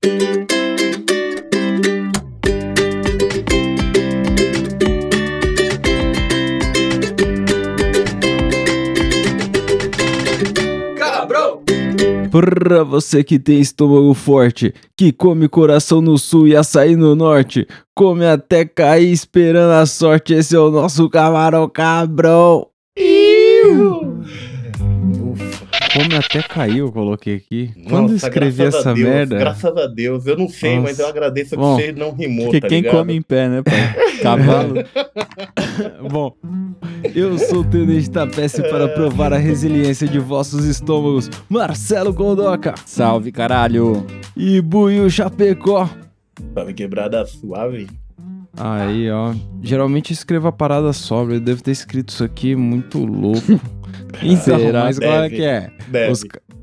Pra você que tem estômago forte, que come coração no sul e açaí no norte, come até cair esperando a sorte, esse é o nosso camarão cabrão. Come até cair, eu coloquei aqui. Quando eu escrevi essa merda... Graças a Deus, eu não sei, mas eu agradeço que você não rimou, porque tá quem ligado? come em pé, né, pai? Cavalo. Bom, eu sou o Tenente Tapece para provar a resiliência de vossos estômagos, Marcelo Gondoca. Salve, caralho. E Buiu Chapecó. Salve, quebrada suave. Aí, ó. Geralmente eu escrevo a parada sóbria. Eu devo ter escrito isso aqui muito louco. Então, mas qual é que é? Deve.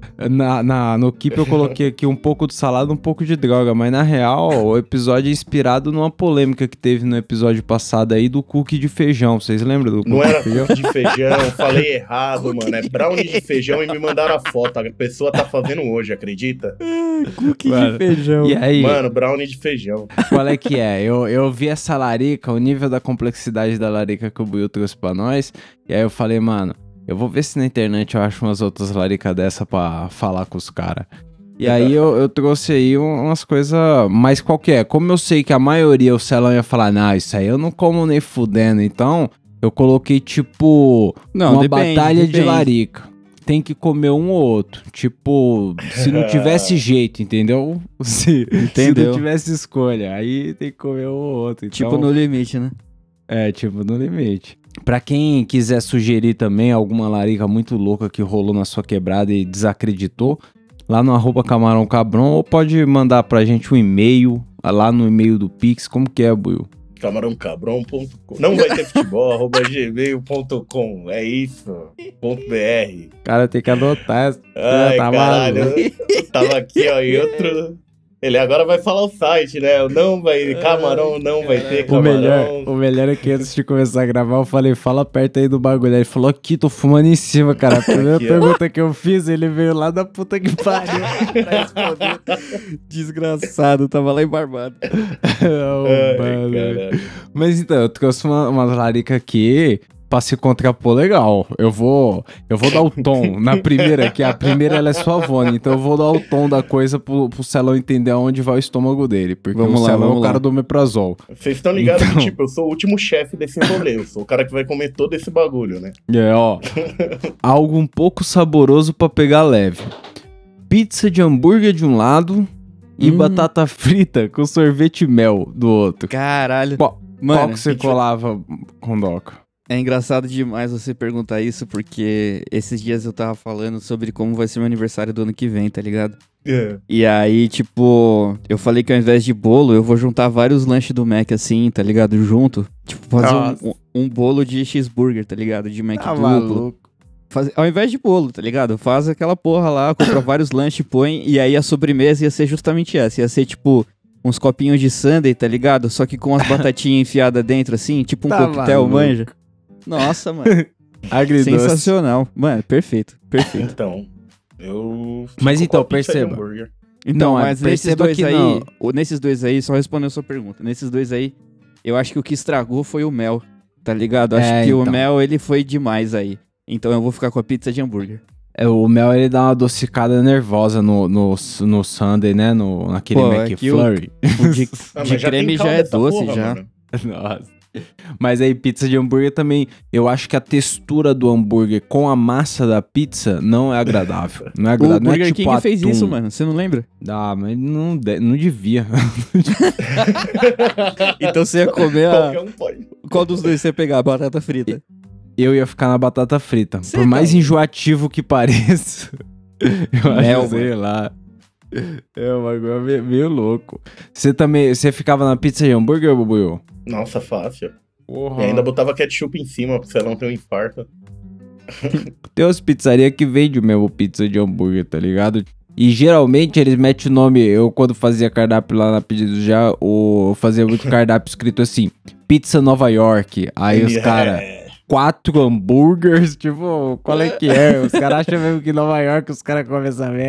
No Keep eu coloquei aqui um pouco de salada, um pouco de droga, mas na real o episódio é inspirado numa polêmica que teve no episódio passado aí do cookie de feijão. Vocês lembram do cookie Não era de feijão? cookie de feijão, falei errado, mano. É brownie de feijão e me mandaram a foto. A pessoa tá fazendo hoje, acredita? Cookie Mano, de feijão. E aí, Mano, brownie de feijão. qual é que é? Eu vi essa larica, o nível da complexidade da larica que o Buiu trouxe pra nós, e aí eu falei, mano, eu vou ver se na internet eu acho umas outras laricas dessa pra falar com os caras. E aí eu trouxe aí umas coisas mais qualquer. Como eu sei que a maioria o Celão ia falar, não, isso aí eu não como nem fudendo, então eu coloquei tipo uma batalha de larica. Tem que comer um ou outro. Tipo, se não tivesse jeito, entendeu? Se não tivesse escolha, aí tem que comer um ou outro. Então, Tipo no limite, né? é, tipo no limite. Pra quem quiser sugerir também alguma larica muito louca que rolou na sua quebrada e desacreditou, lá no @camarãocabron, ou pode mandar pra gente um e-mail, lá no e-mail do Pix, como que é, Buiu? camarãocabron.com. Não vai ter futebol, @gmail.com. É isso. .br. Cara, tem que adotar essa. Ai, Tá caralho. maluco. Eu tava aqui, ó, em outro... Ele agora vai falar o site, né? Não vai... Camarão não vai ter camarão. O melhor é que antes de começar a gravar, eu falei, fala perto aí do bagulho. Aí ele falou, aqui, tô fumando em cima, cara. A primeira Aqui, ó. pergunta que eu fiz, ele veio lá da puta que pariu pra responder. Desgraçado, tava lá em Barbado. Oh, mano. Caralho. Mas então, eu trouxe uma larica aqui pra se contrapor legal. Eu vou dar o tom na primeira, que a primeira ela é suavona, então eu vou dar o tom da coisa pro Celão entender aonde vai o estômago dele, porque Vamos o lá, Celão é vamos o cara lá. do omeprazol. Vocês estão ligados Então. que, tipo, eu sou o último chefe desse rolê. Eu sou o cara que vai comer todo esse bagulho, né? É, ó. Algo um pouco saboroso pra pegar leve. Pizza de hambúrguer de um lado e batata frita com sorvete e mel do outro. Caralho. Qual Mano, que você colava com Doca? é engraçado demais você perguntar isso, porque esses dias eu tava falando sobre como vai ser meu aniversário do ano que vem, tá ligado? É. E aí, tipo, eu falei que ao invés de bolo, eu vou juntar vários lanches do Mac assim, tá ligado? Junto. Tipo, fazer um bolo de cheeseburger, tá ligado? De Mac duplo. Maluco. Ao invés de bolo, tá ligado? Faz aquela porra lá, compra vários lanches, põe, e aí a sobremesa ia ser justamente essa. Ia ser, tipo, uns copinhos de sundae, tá ligado? Só que com as batatinhas enfiadas dentro, assim, tipo um coquetel, maluco. manja. Nossa, mano. Agridoce. Sensacional. Mano, perfeito. Perfeito. Então, eu... Mas fico então, com a pizza de perceba. hambúrguer. Então, Não, mas nesses perceba dois que aí, não. nesses dois aí, só respondendo a sua pergunta. Nesses dois aí, eu acho que o que estragou foi o mel, tá ligado? Acho que o então. mel, ele foi demais aí. Então eu vou ficar com a pizza de hambúrguer. O mel, ele dá uma adocicada nervosa no sundae, né? Naquele Pô, é que McFlurry. O de, Ah, de mas já creme tem já calda é essa doce, porra, já. mano. Nossa. Mas aí, pizza de hambúrguer também, eu acho que a textura do hambúrguer com a massa da pizza não é agradável. Não é O agradável. Não é Burger tipo King fez atum. isso, mano. Você não lembra? Ah, mas não devia. Então você ia comer Qualquer um pode. Qual dos dois você ia pegar? A batata frita. Eu ia ficar na batata frita. Cê Por tá mais louco. enjoativo que pareça, eu Mel, acho, sei lá. É um bagulho meio louco. Você ficava na pizza de hambúrguer, Bubuio? Nossa, fácil. Porra. E ainda botava ketchup em cima, pra você não ter um infarto. Tem umas pizzarias que vende mesmo pizza de hambúrguer, tá ligado? E geralmente eles metem o nome. Eu, quando fazia cardápio lá na Pedidos Já, eu fazia muito cardápio escrito assim: Pizza Nova York. Aí os caras, 4 hambúrgueres, tipo, qual é que é? Os caras acham mesmo que em Nova York os caras comem essa merda.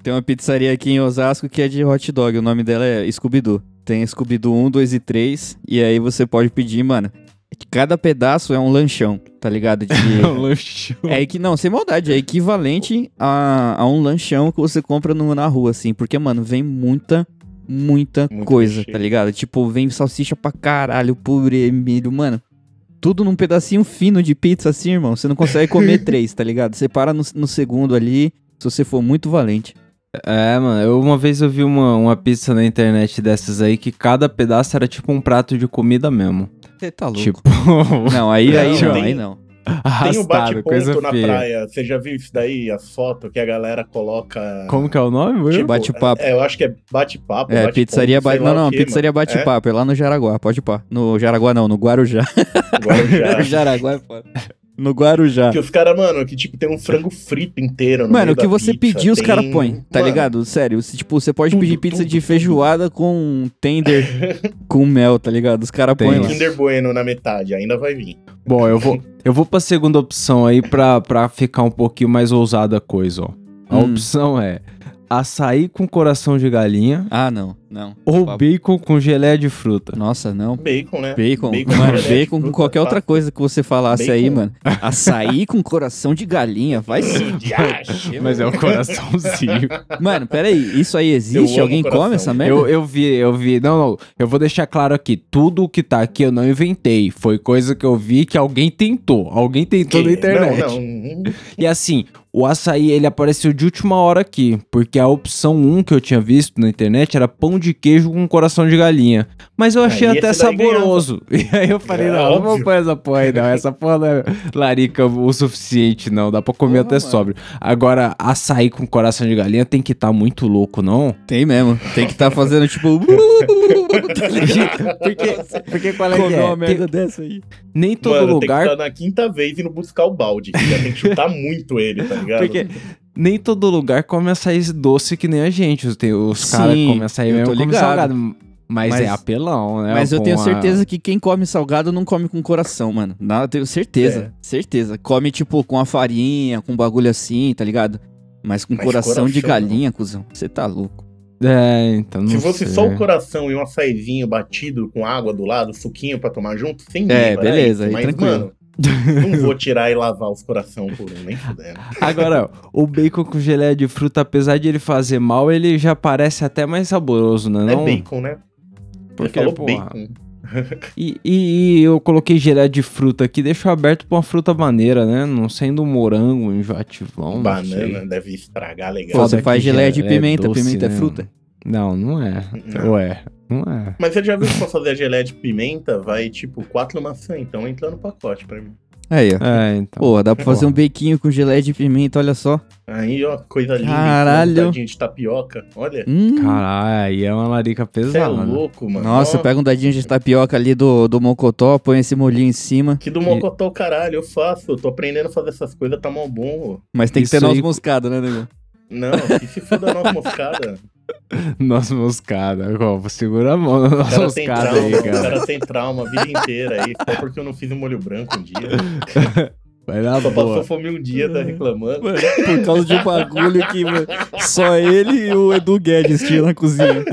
Tem uma pizzaria aqui em Osasco que é de hot dog. O nome dela é Scooby-Doo. Tem Scooby-Doo 1, 2 e 3. E aí você pode pedir, mano. Cada pedaço é um lanchão, tá ligado? Lanchão. É que não, sem maldade, é equivalente a um lanchão que você compra na rua, assim. Porque, mano, vem muita Muito coisa, recheio. tá ligado? Tipo, vem salsicha pra caralho, purê, milho, mano. Tudo num pedacinho fino de pizza, assim, irmão. Você não consegue comer 3, tá ligado? Você para no segundo ali, se você for muito valente. É, mano, uma vez eu vi uma pizza na internet dessas aí que cada pedaço era tipo um prato de comida mesmo. Você tá louco. Tipo, Não, aí Não, não, tem- aí não. Tem o arrastado, coisa bate-ponto na feia. praia. Você já viu isso daí? As fotos que a galera coloca. Como que é o nome, Will? Tipo, bate-papo. Eu acho que é bate-papo. É, bate-ponto, pizzaria sei lá Não, o quê, pizzaria mano. bate-papo. É lá no Jaraguá, pode ir pá. No Jaraguá não, no Guarujá. Guarujá. Jaraguá é foda. No Guarujá. Que os caras, mano, que tipo tem um frango frito inteiro no Mano, meio o que da você pizza, pedir, os tem- caras põem, tá Mano, ligado? Sério, tipo, você pode Tudo, pedir pizza de tudo, feijoada com tender com mel, tá ligado? Os caras Tem. põem lá. Kinder Bueno na metade, ainda vai vir. Bom, eu vou pra segunda opção aí pra ficar um pouquinho mais ousada a coisa, ó. A opção é açaí com coração de galinha Ah, não. ou Papo. bacon com geleia de fruta. Nossa, não. Bacon, né? Bacon, Bacon mano, com bacon com fruta, qualquer outra fácil. coisa que você falasse aí, Bacon. mano. Açaí com coração de galinha, vai sim. Mas é um coraçãozinho. Mano, peraí, isso aí Eu existe? amo Alguém coração. come essa merda? Eu vi. Não, eu vou deixar claro aqui. Tudo que tá aqui eu não inventei. Foi coisa que eu vi que alguém tentou. Alguém tentou na internet. Não. E assim, o açaí, ele apareceu de última hora aqui. Porque a opção 1 que eu tinha visto na internet era pão de queijo com coração de galinha. Mas eu achei Aí até esse daí saboroso. E aí eu falei, É, não vou óbvio. pôr essa porra aí não. Essa porra não é larica o suficiente, não. Dá pra comer Porra, até mano. sóbrio. Agora, açaí com coração de galinha tem que estar muito louco, não? Tem mesmo. Tem que estar fazendo tipo. tá ligado? Porque qual é que Comer é? uma merda dessa aí. Nem todo Mano, lugar... tem que estar na quinta vez indo buscar o balde. Que já tem que chutar muito ele, tá ligado? Porque nem todo lugar come açaí doce que nem a gente. Os caras Sim, comem açaí eu mesmo, tô comem ligado. salgado. Mas Mas- é apelão, né? Mas eu Com tenho a- certeza que quem come salgado não come com coração, mano. Não, eu tenho certeza. Certeza. Come, tipo, com a farinha, com bagulho assim, tá ligado? Mas com Mas coração de coração, galinha, cuzão. Você tá louco. É, então não Se fosse sei. só o coração e um açaizinho batido com água do lado, suquinho pra tomar junto, sem É, nível, beleza, aí mas, tranquilo. mano, não vou tirar e lavar os coração por um, nem fudendo. Agora, o bacon com geleia de fruta, apesar de ele fazer mal, ele já parece até mais saboroso, né? É Não? bacon, né? Porque, Ele falou porra, bacon. E eu coloquei geleia de fruta aqui, deixo aberto pra uma fruta maneira, né? Não sendo um morango, um enjoativão, não sei. Banana deve estragar Pô, legal. você Foda faz que geleia já de é pimenta. doce, Pimenta é né? fruta? Não é. Não. Ué, não é. Mas você já viu que pra fazer a geleia de pimenta, vai tipo 4 maçãs, então entra no pacote pra mim. Aí, ó. É, então. Pô, dá pra fazer um bequinho com geleia de pimenta, olha só. Aí, ó, coisa linda. Caralho. Um dadinho de tapioca, olha. Caralho, aí é uma larica Você é pesada. louco, mano. Nossa, Ó, pega um dadinho de tapioca ali do mocotó, põe esse molhinho em cima. Que do mocotó, caralho, eu faço. Eu tô aprendendo a fazer essas coisas, tá mal bom. Mas tem que Isso ter noz aí- moscada, né, nego? Não, que se for da nossa moscada. Nossa moscada. Ó, segura a mão na O nossa cara tem moscada trauma, aí, o cara. cara tem trauma a vida inteira aí, só porque eu não fiz um molho branco um dia. Vai na Só boa. passou fome um dia, tá reclamando. Mano, por causa de um bagulho que mano, só ele e o Edu Guedes tinham na cozinha.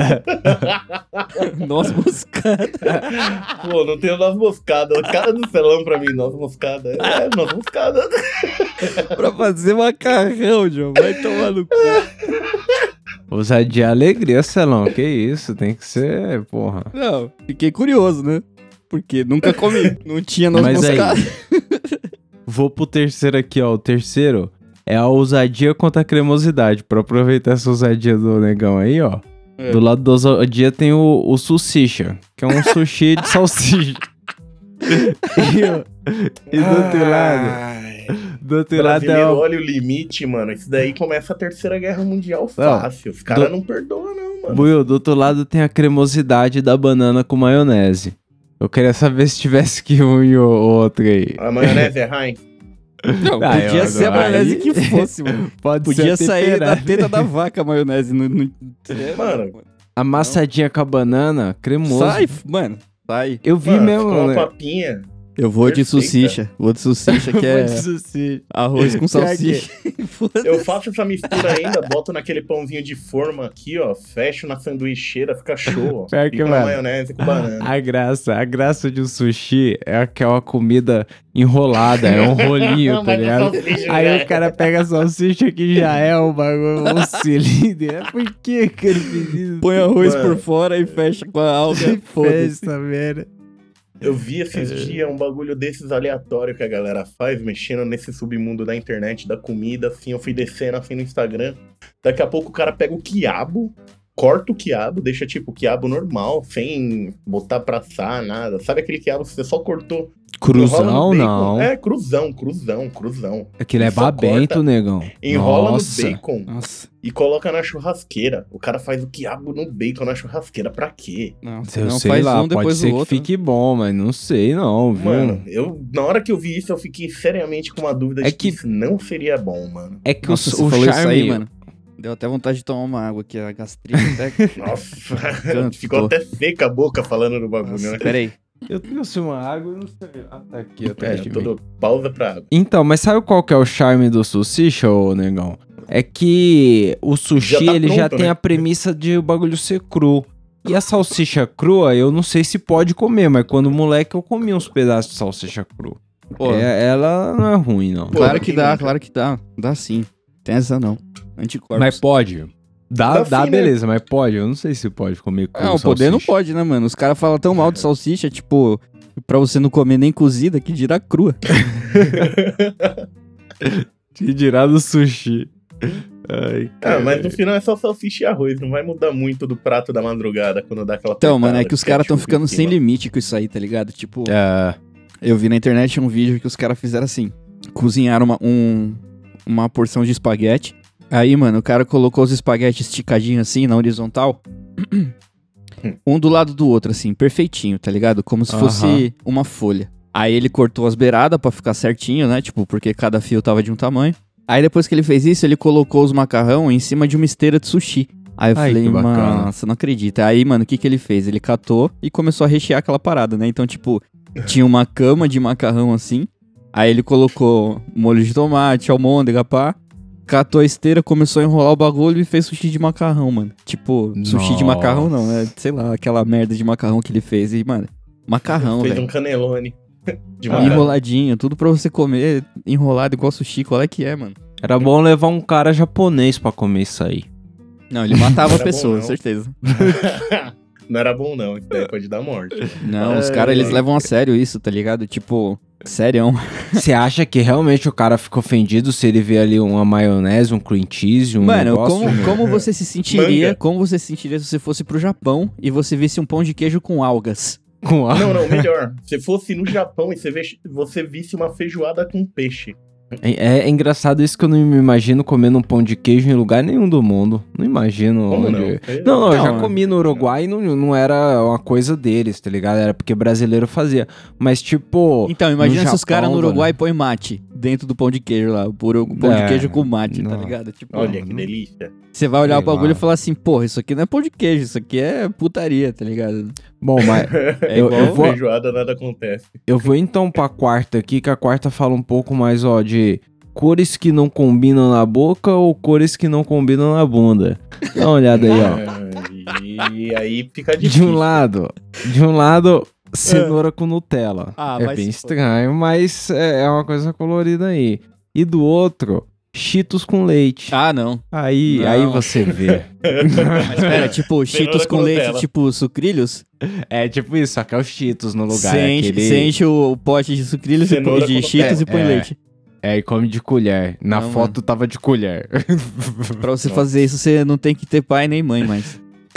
Nossa, moscada. Pô, não tenho noz moscada. O cara do celão pra mim, noz moscada. É, noz moscada. Pra fazer macarrão, João. Vai tomar no cu. Ousadia e alegria, Celão. Que isso, tem que ser, porra. Não, fiquei curioso, né? Porque nunca comi. Não tinha noz Mas aí- moscada. Vou pro terceiro aqui, ó. O terceiro é a ousadia contra a cremosidade. Pra aproveitar essa ousadia do negão aí, ó. É. Do lado da ousadia tem o sushi, que é um sushi de salsicha. E do outro lado, Ai, do outro lado é brasileiro, o... olha o limite, mano. Isso daí começa a Terceira Guerra Mundial fácil. Os caras não perdoam, não, mano. Buiu, do outro lado tem a cremosidade da banana com maionese. Eu queria saber se tivesse que um e o outro aí. A maionese é Heinz. Não, Ah, podia eu- ser a maionese aí- que fosse, mano. Pode Podia ser sair da temperado. teta da vaca a maionese. Mano, Amassadinha com a banana, cremoso. Sai, mano. Sai. Eu vi mano, mesmo, com uma né? papinha. Eu vou de Perfeita. salsicha. Vou de salsicha, que é arroz com salsicha. Foda-se. Eu faço essa mistura ainda, boto naquele pãozinho de forma aqui, ó, fecho na sanduicheira, fica show, ó. Pior que, Fica na mano, maionese com banana. A graça de um sushi é aquela comida enrolada, é um rolinho, tá Mas o ligado? salsicha Aí já o cara pega a salsicha que já é um bagulho, um cilindro. Por que ele fez isso? Põe arroz Mano. por fora e fecha com a alga. Que Foda-se. festa, merda. Eu vi esses dias um bagulho desses aleatórios que a galera faz, mexendo nesse submundo da internet, da comida, assim, eu fui descendo assim no Instagram. Daqui a pouco o cara pega o quiabo, corta o quiabo, deixa tipo o quiabo normal, sem botar pra assar, nada. Sabe aquele quiabo que você só cortou? Enrola Cruzão, no bacon? não. É, cruzão. Aquilo é Só babento, corta, negão. Enrola Nossa. no bacon Nossa. e coloca na churrasqueira. O cara faz o quiabo no bacon na churrasqueira, pra quê? Não, Eu não sei faz lá, um pode depois ser do que outro. fique bom, mas não sei não, viu? Mano, na hora que eu vi isso, eu fiquei seriamente com uma dúvida É de que que- isso não seria bom, mano. É que Nossa, o você falou charme... isso aí, mano. Deu até vontade de tomar uma água aqui, a gastrite até... Nossa, Canto. ficou até seca a boca falando do bagulho, Nossa, né? peraí. Eu trouxe uma água e não sei... Ah, tá aqui, É, atrás de mim. tudo pausa pra água. Então, mas sabe qual que é o charme do sushi, ô negão? É que o sushi, Já tá ele já pronto, tem né? a premissa de o bagulho ser cru. E a salsicha crua, eu não sei se pode comer, mas quando moleque eu comi uns pedaços de salsicha cru. Pô, Ela não é ruim, não. Pô, claro que quem dá, nunca? claro que dá. Dá sim. Tem essa não. Anticorpos. Mas pode. Dá, Dá sim, né? beleza, mas pode. Eu não sei se pode comer cru Não, poder não salsicha. pode, né, mano? Os caras falam tão mal de salsicha, tipo, pra você não comer nem cozida, que dirá crua. Te dirá do sushi. Ai, Ah, mas cara. no final é só salsicha e arroz, não vai mudar muito do prato da madrugada quando dá aquela Então, mano, é apertada que os de caras tão ketchup ficando em sem cima. limite com isso aí, tá ligado? Tipo, É, eu vi na internet um vídeo que os caras fizeram assim: cozinharam uma porção de espaguete. Aí, mano, o cara colocou os espaguetes esticadinhos assim, na horizontal. Um do lado do outro, assim, perfeitinho, tá ligado? Como se fosse uma folha. Aí ele cortou as beiradas pra ficar certinho, né? Tipo, porque cada fio tava de um tamanho. Aí depois que ele fez isso, ele colocou os macarrão em cima de uma esteira de sushi. Aí eu Ai, falei, que bacana. mano, você não acredita. Aí, mano, o que ele fez? Ele catou e começou a rechear aquela parada, né? Então, tipo, tinha uma cama de macarrão assim. Aí ele colocou molho de tomate, almôndega, pá. Catou a esteira, começou a enrolar o bagulho e fez sushi de macarrão, mano. Tipo, sushi de Nossa. macarrão não, né? Sei lá, aquela merda de macarrão que ele fez. E, mano, macarrão, Fez velho. um canelone de Ah, macarrão. Enroladinho, tudo pra você comer enrolado igual sushi. Qual é que é, mano? era bom levar um cara japonês pra comer isso aí. Não, ele matava Não a era pessoa, bom, não. certeza. Não era bom não, isso daí pode dar morte. Não, os Ai, caras, eles mano. levam a sério isso, tá ligado? Tipo, sério. Você acha que realmente o cara fica ofendido se ele vê ali uma maionese, um cream cheese, um Mano, negócio? como você se sentiria, Manga. como você se sentiria se você fosse pro Japão e você visse um pão de queijo com algas? Com a... Não, melhor. Se fosse no Japão e você visse uma feijoada com peixe. É engraçado isso que eu não me imagino comendo um pão de queijo em lugar nenhum do mundo. Não imagino Como onde... não? Não, eu já Não, comi no Uruguai e não era uma coisa deles, tá ligado? Era porque brasileiro fazia. Mas, tipo... Então, imagina no se os caras no Japão, Uruguai põem mate dentro do pão de queijo lá. O pão de É, queijo com mate, tá não. ligado? Tipo, Olha que delícia. você vai olhar o Sei lá. bagulho e falar assim, porra, isso aqui não é pão de queijo, isso aqui é putaria, tá ligado? Bom, mas É Eu- igual... eu vou- Feijoada nada acontece. eu vou então pra quarta aqui, que a quarta fala um pouco mais, ó, de cores que não combinam na boca ou cores que não combinam na bunda. Dá uma olhada aí, ó. E aí fica De difícil. um lado, cenoura com Nutella. Ah, É vai bem se estranho, mas é uma coisa colorida aí. E do outro, Cheetos com leite. Ah, não. Aí Não. você vê. Mas pera, tipo, Cheetos com com leite, Nutella. tipo sucrilhos? É tipo isso, só que é os Cheetos no lugar. Você enche o pote de sucrilhos e Cenoura de com Cheetos e põe É. leite. É, e come de colher. Na Não, foto tava de colher. Pra você fazer isso, você não tem que ter pai nem mãe mais.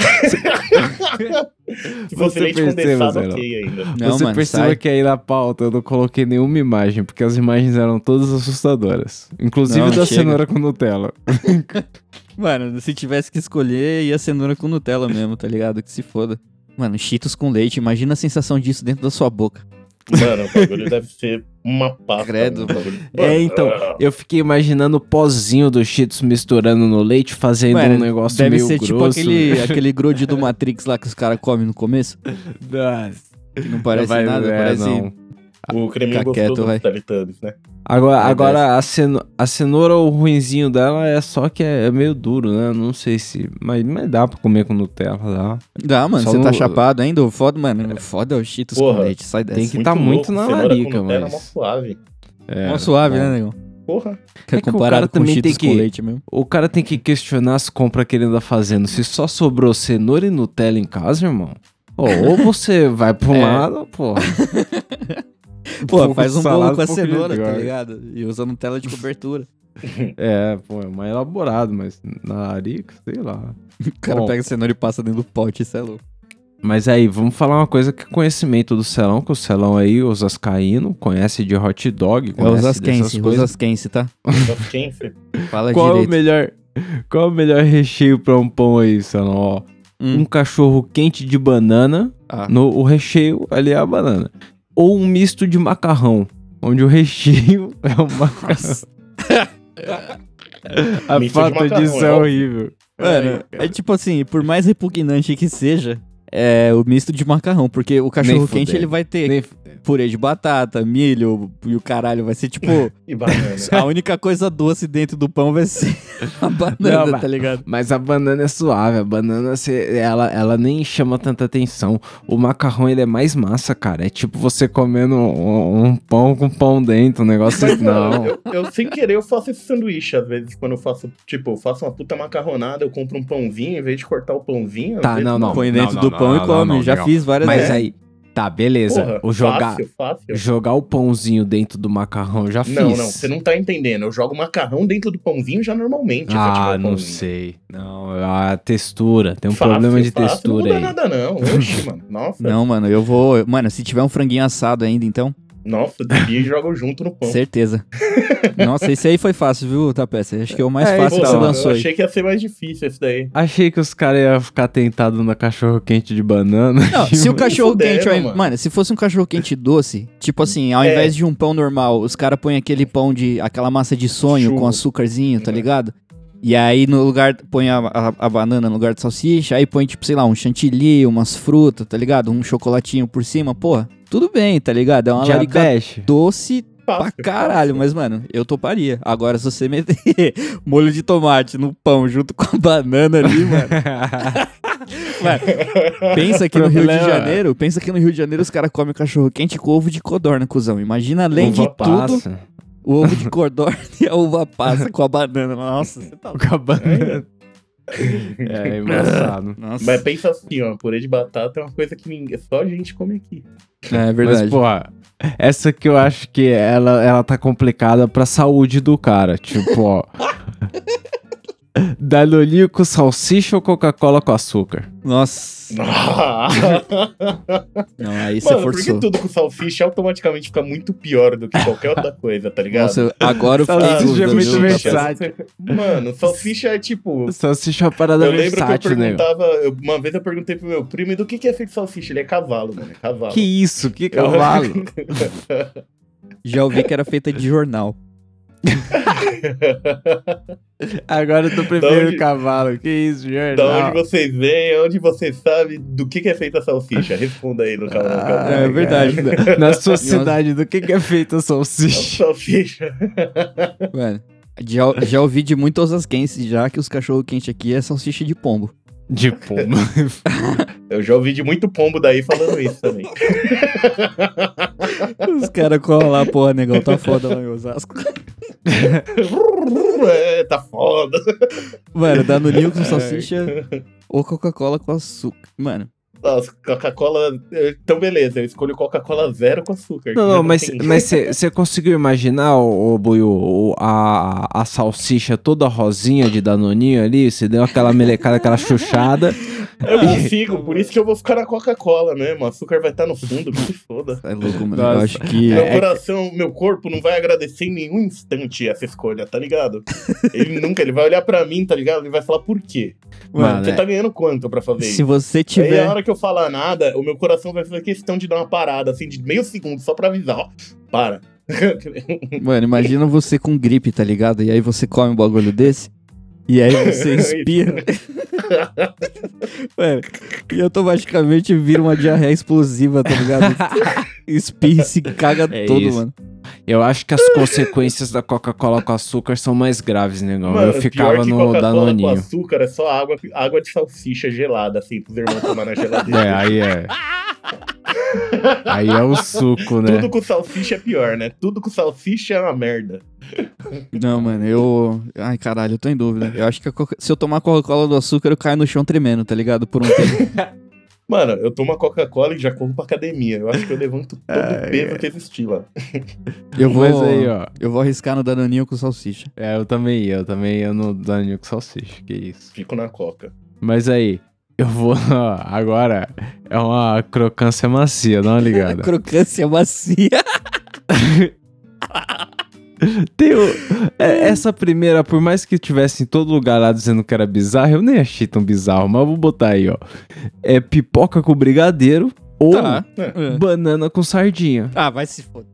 Se fosse Você leite perceba, condensado, Zé, ok ainda. Não, Você mano, perceba sai. que aí na pauta eu não coloquei nenhuma imagem, porque as imagens eram todas assustadoras. Inclusive Não, da chega. cenoura com Nutella. Mano, se tivesse que escolher, ia cenoura com Nutella mesmo, tá ligado? Que se foda. Mano, Cheetos com leite, imagina a sensação disso dentro da sua boca. Mano, o bagulho deve ser uma pasta. Credo. um bagulho. É, então, eu fiquei imaginando o pozinho do Cheetos misturando no leite, fazendo Mano, um negócio deve meio ser grosso. tipo aquele grude do Matrix lá que os caras comem no começo. Nossa. Que não parece Vai- nada, é, parece não. O creminho Fica gostoso quieto, vai. dos Teletubbies, né? Agora a cenoura, o ruinzinho dela é só que é meio duro, né? Não sei se... Mas dá pra comer com Nutella, dá. Dá, mano, Só você tá não- chapado ainda? O foda, mano, o foda é o Cheetos com Porra, leite, sai dessa. Tem que tá muito na cenoura larica, com Nutella é mas... mó suave. É, Mó suave, bom. né, negão? Porra. Quer É que o comparado cara com também Cheetos tem com que- leite mesmo. O cara tem que questionar as compras que ele anda fazendo. Se só sobrou cenoura e Nutella em casa, irmão... ou você vai pra um lado, porra. Pô, faz um bolo salada, com a pouco de cenoura, tá droga. ligado? E usa Nutella de cobertura. É, pô, é mais elaborado, mas na larica, sei lá. O cara Bom. pega a cenoura e passa dentro do pote, isso é louco. Mas aí, vamos falar uma coisa que é conhecimento do Celão, que o Celão aí, osascaíno, conhece de hot dog, É conhece dessas Osasquense, coisas. Osasquense, tá? Nossa, quem foi? Fala Qual é o direito. melhor... Qual é o melhor recheio pra um pão aí, Celão? Ó, um cachorro quente de banana, Ah. o recheio ali é a banana. Ou um misto de macarrão, onde o recheio é o macarrão. A Misto de falta macarrão, disso é é óbvio. horrível. Mano, é tipo assim, por mais repugnante que seja, é o misto de macarrão, porque o cachorro quente fudendo. ele vai ter Nem- purê de batata, milho e o caralho, vai ser tipo E banana. a única coisa doce dentro do pão vai ser a banana, Não, mas- tá ligado? Mas a banana é suave, a banana ela nem chama tanta atenção. O macarrão ele é mais massa, cara. É tipo você comendo um pão com pão dentro, um negócio Mas, assim. mano, Não. eu sem querer eu faço esse sanduíche, às vezes, quando eu faço, tipo, eu faço uma puta macarronada, eu compro um pãozinho, em vez de cortar o pãozinho. às Tá, vezes, não. Põe Não, dentro não, do não, pão não, e come, não, já legal. fiz várias Mas vezes. aí, tá, beleza. Porra, O jogar, fácil. jogar o pãozinho dentro do macarrão eu já fiz. Não, você não tá entendendo. Eu jogo macarrão dentro do pãozinho já normalmente. se eu tiver Ah, o não pãozinho. sei. Não, a textura. Tem um Fácil, problema de fácil, textura não aí. muda nada, não. Oxi, mano. Nossa. Não, mano, eu vou. Mano, se tiver um franguinho assado ainda, então, Nossa, desvia e jogo junto no pão. certeza. Nossa, esse aí foi fácil, viu, Tapeça? Acho que é o mais É, fácil que então, você Porra, lançou eu aí. achei que ia ser mais difícil esse daí. Achei que os caras iam ficar tentados na cachorro quente de banana. Não, se o cachorro fudendo, quente. mano. Mano, se fosse um cachorro quente doce, tipo assim, ao É. invés de um pão normal, os caras põem aquele pão de. Aquela massa de sonho Churro. com açúcarzinho, tá ligado? E aí no lugar. Põe a banana no lugar de salsicha, aí põe, tipo, sei lá, um chantilly, umas frutas, tá ligado? Um chocolatinho por cima, porra. Tudo bem, tá ligado? É uma larica Diabetes. doce pra Fácil, caralho, fácil. mas, mano, eu toparia. Agora, se você meter molho de tomate no pão junto com a banana ali, mano. Mano, pensa que no Rio de Problema. Janeiro, os caras comem cachorro quente com ovo de codorna, cuzão. Imagina, além de Uva tudo, passa. o ovo de codorna e a uva passa com a banana. Nossa, você tá louco. Com a banana. É embaçado. Nossa, Mas pensa assim, ó, purê de batata é uma coisa que só a gente come aqui. é verdade. Mas, porra, essa que eu acho que ela tá complicada pra saúde do cara. Tipo, ó. Danoninho com salsicha ou Coca-Cola com açúcar? Nossa, não, aí você Mano, porque forçou. tudo com salsicha automaticamente fica muito pior do que qualquer outra coisa, tá ligado? Nossa, agora eu fiquei Salsicha dúvida, é muito viu, versátil. Tapeça? Mano, salsicha é tipo. Salsicha é uma parada Eu lembro que eu versátil, né? perguntava. Uma vez eu perguntei pro meu primo, e do que é feito salsicha? Ele é cavalo, mano. É cavalo. Que isso? Que Eu- cavalo? Já ouvi que era feita de jornal. Agora eu tô Da preferindo onde- cavalo. Que isso, Da onde jornal? vocês vêm, onde vocês sabem do que é feita a salsicha? Responda aí no canal. É verdade. Na sua cidade, do que é feita a salsicha? Salsicha. Mano, já ouvi de muitos osasquenses já que os cachorro quente aqui é salsicha de pombo. De pombo. Eu já ouvi de muito pombo daí falando isso também. Os caras colam lá, porra, negão, tá foda lá em Osasco. É, tá foda. Mano, dá no ninho com salsicha ou Coca-Cola com açúcar. Mano, Nossa, Coca-Cola. Então, beleza, eu escolho Coca-Cola zero com açúcar. Não, mas tem- você conseguiu imaginar, ô Buiu, a salsicha toda rosinha de Danoninho ali? Você deu aquela melecada, aquela chuchada. Eu consigo, por isso que eu vou ficar na Coca-Cola mesmo. O açúcar vai estar no fundo, que se foda. é louco, mano. Nossa. Eu acho que. Meu coração, meu corpo não vai agradecer em nenhum instante essa escolha, tá ligado? Ele vai olhar pra mim, tá ligado? Ele vai falar por quê? Mano, Você tá ganhando quanto pra fazer Se isso? você Aí a tiver. hora que eu falar nada, o meu coração vai fazer questão de dar uma parada, assim, de meio segundo, só pra avisar, ó. Para. Mano, imagina você com gripe, tá ligado? E aí você come um bagulho desse. E aí você espirra. Mano, e automaticamente vira uma diarreia explosiva, tá ligado? espirra e se caga É todo, isso. mano. Eu acho que as consequências da Coca-Cola com açúcar são mais graves, negão. Mano, Eu ficava pior que no Coca-Cola com Danoninho. açúcar é só água de salsicha gelada, assim, pros irmãos tomar na geladeira. É, aí é. Aí é o suco, né? Tudo com salsicha é pior, né? Tudo com salsicha é uma merda. Não, mano, Ai, caralho, eu tô em dúvida. Eu acho que se eu tomar Coca-Cola do açúcar, eu caio no chão tremendo, tá ligado? Por um tempo. Mano, eu tomo a Coca-Cola e já corro pra academia. Eu acho que eu levanto todo o peso que existir lá. Mas aí, ó. Eu vou arriscar no Danoninho com salsicha. É, eu também ia no Danoninho com salsicha, que isso. Fico na Coca. Mas aí, eu vou. Agora é uma crocância macia, dá uma ligada. Crocância macia. Essa primeira, por mais que tivesse em todo lugar lá dizendo que era bizarro, eu nem achei tão bizarro, mas eu vou botar aí, ó. É pipoca com brigadeiro ou Tá. banana com sardinha. Ah, vai se foder.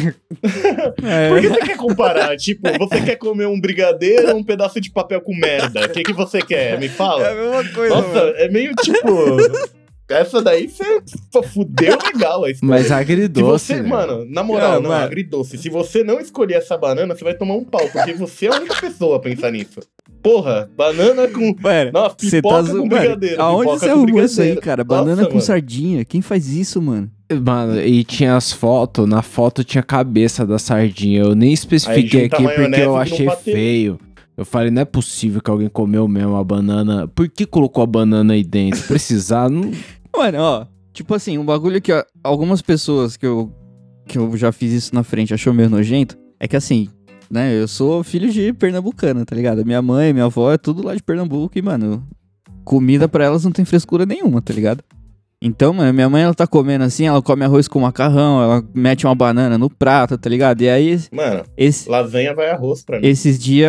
Por que você quer comparar? Tipo, você quer comer um brigadeiro ou um pedaço de papel com merda? O que você quer? Me fala. É a mesma coisa, Nossa, é meio tipo... Essa daí você fudeu legal a história. Mas agridoce, Se você, né? mano, na moral, não, mano. agridoce. Se você não escolher essa banana, você vai tomar um pau, porque você é a única pessoa a pensar nisso. Porra, banana com... Mano, Nossa, você pipoca tá com brigadeiro. Aonde pipoca você com arrumou isso aí, brigadeiro. cara? Nossa, Banana com mano. sardinha? Quem faz isso, mano? Mano, e tinha as fotos, na foto tinha a cabeça da sardinha. Eu nem especifiquei Aí junta aqui a porque maionese eu e achei vira um patê. feio. Eu falei, não é possível que alguém comeu mesmo a banana. Por que colocou a banana aí dentro? Precisar, não... Mano, ó, tipo assim, um bagulho que ó, algumas pessoas que eu já fiz isso na frente achou meio nojento, é que assim, né, eu sou filho de pernambucana, tá ligado? Minha mãe, minha avó é tudo lá de Pernambuco e, mano, comida pra elas não tem frescura nenhuma, tá ligado? Então, mano, minha mãe, ela tá comendo assim, ela come arroz com macarrão, ela mete uma banana no prato, tá ligado? E aí, Mano, esse, lasanha vai arroz pra mim. esses dias,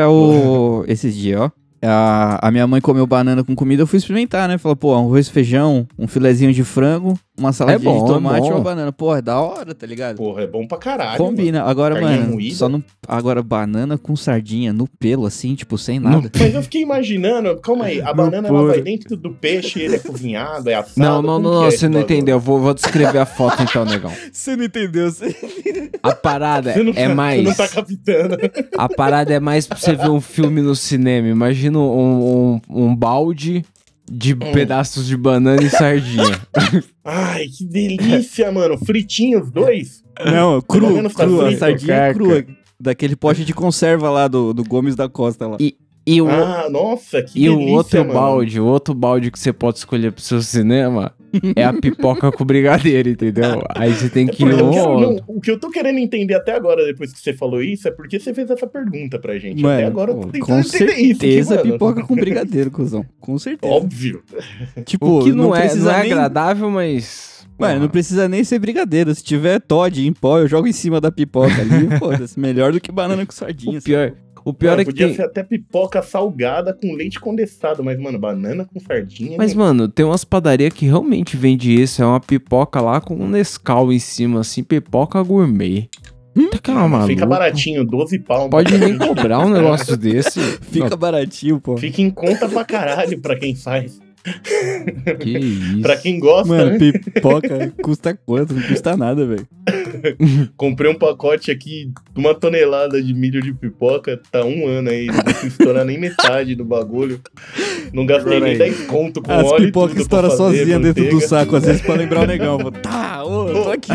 ó, a minha mãe comeu banana com comida, eu fui experimentar, né? Falou, pô, um arroz, feijão, um filezinho de frango, uma saladinha bom, de é tomate e bom. uma banana. Pô, é da hora, tá ligado? Porra, é bom pra caralho. Combina. Mano. Agora, Carninha mano, moída. só não... Agora, banana com sardinha no pelo, assim, tipo, sem nada. Mas eu fiquei imaginando, calma aí, a banana ela puro. vai dentro do peixe, ele é cozinhado, é assado. Não, como não, que é você esse não bagulho? entendeu. Vou descrever a foto então, negão. Você não entendeu, A parada Você não, é mais... Você não tá captando. A parada é mais pra você ver um filme no cinema. Imagina um balde de pedaços de banana e sardinha. Ai, que delícia, mano. Fritinho os dois? Não, Pelo menos tá a frito, sardinha caca. crua. Daquele pote de conserva lá do Gomes da Costa lá. E o, Ah, nossa, que e delícia, mano. o outro balde que você pode escolher pro seu cinema é a pipoca com brigadeiro, entendeu? Aí você tem que ir Porque um eu ou quero- outro. o que eu tô querendo entender até agora, depois que você falou isso, é porque você fez essa pergunta pra gente. Mano, até agora eu tô tentando com entender isso. certeza mano. pipoca com brigadeiro, cuzão. Com certeza. Óbvio. Tipo, O que não é precisa nem... agradável, mas... Mano, não precisa nem ser brigadeiro. Se tiver Todd em pó, eu jogo em cima da pipoca ali. Foda-se. Melhor do que banana com sardinha. O pior Mano, é que podia tem... ser até pipoca salgada com leite condensado, mas, mano, banana com sardinha. Mas, mano, tem umas padarias que realmente vende isso. É uma pipoca lá com um Nescau em cima, assim, pipoca gourmet. Tá que é uma maluca. fica baratinho, 12 pau. Pode nem cobrar um negócio desse. Fica baratinho, pô. Fica em conta pra caralho pra quem faz. Que isso. Pra quem gosta, Mano, né? pipoca custa quanto? Não custa nada, velho. Comprei um pacote aqui, 1 tonelada de milho de pipoca, tá 1 ano aí, não consegui estourar nem metade do bagulho. Não gastei Agora nem aí. 10 conto com As óleo e pipocas tudo estouram pra fazer, sozinha dentro do manteiga. saco, às vezes pra lembrar o negão. Pô, tá, ô, tô aqui.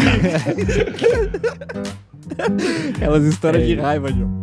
Elas estouram de raiva, João.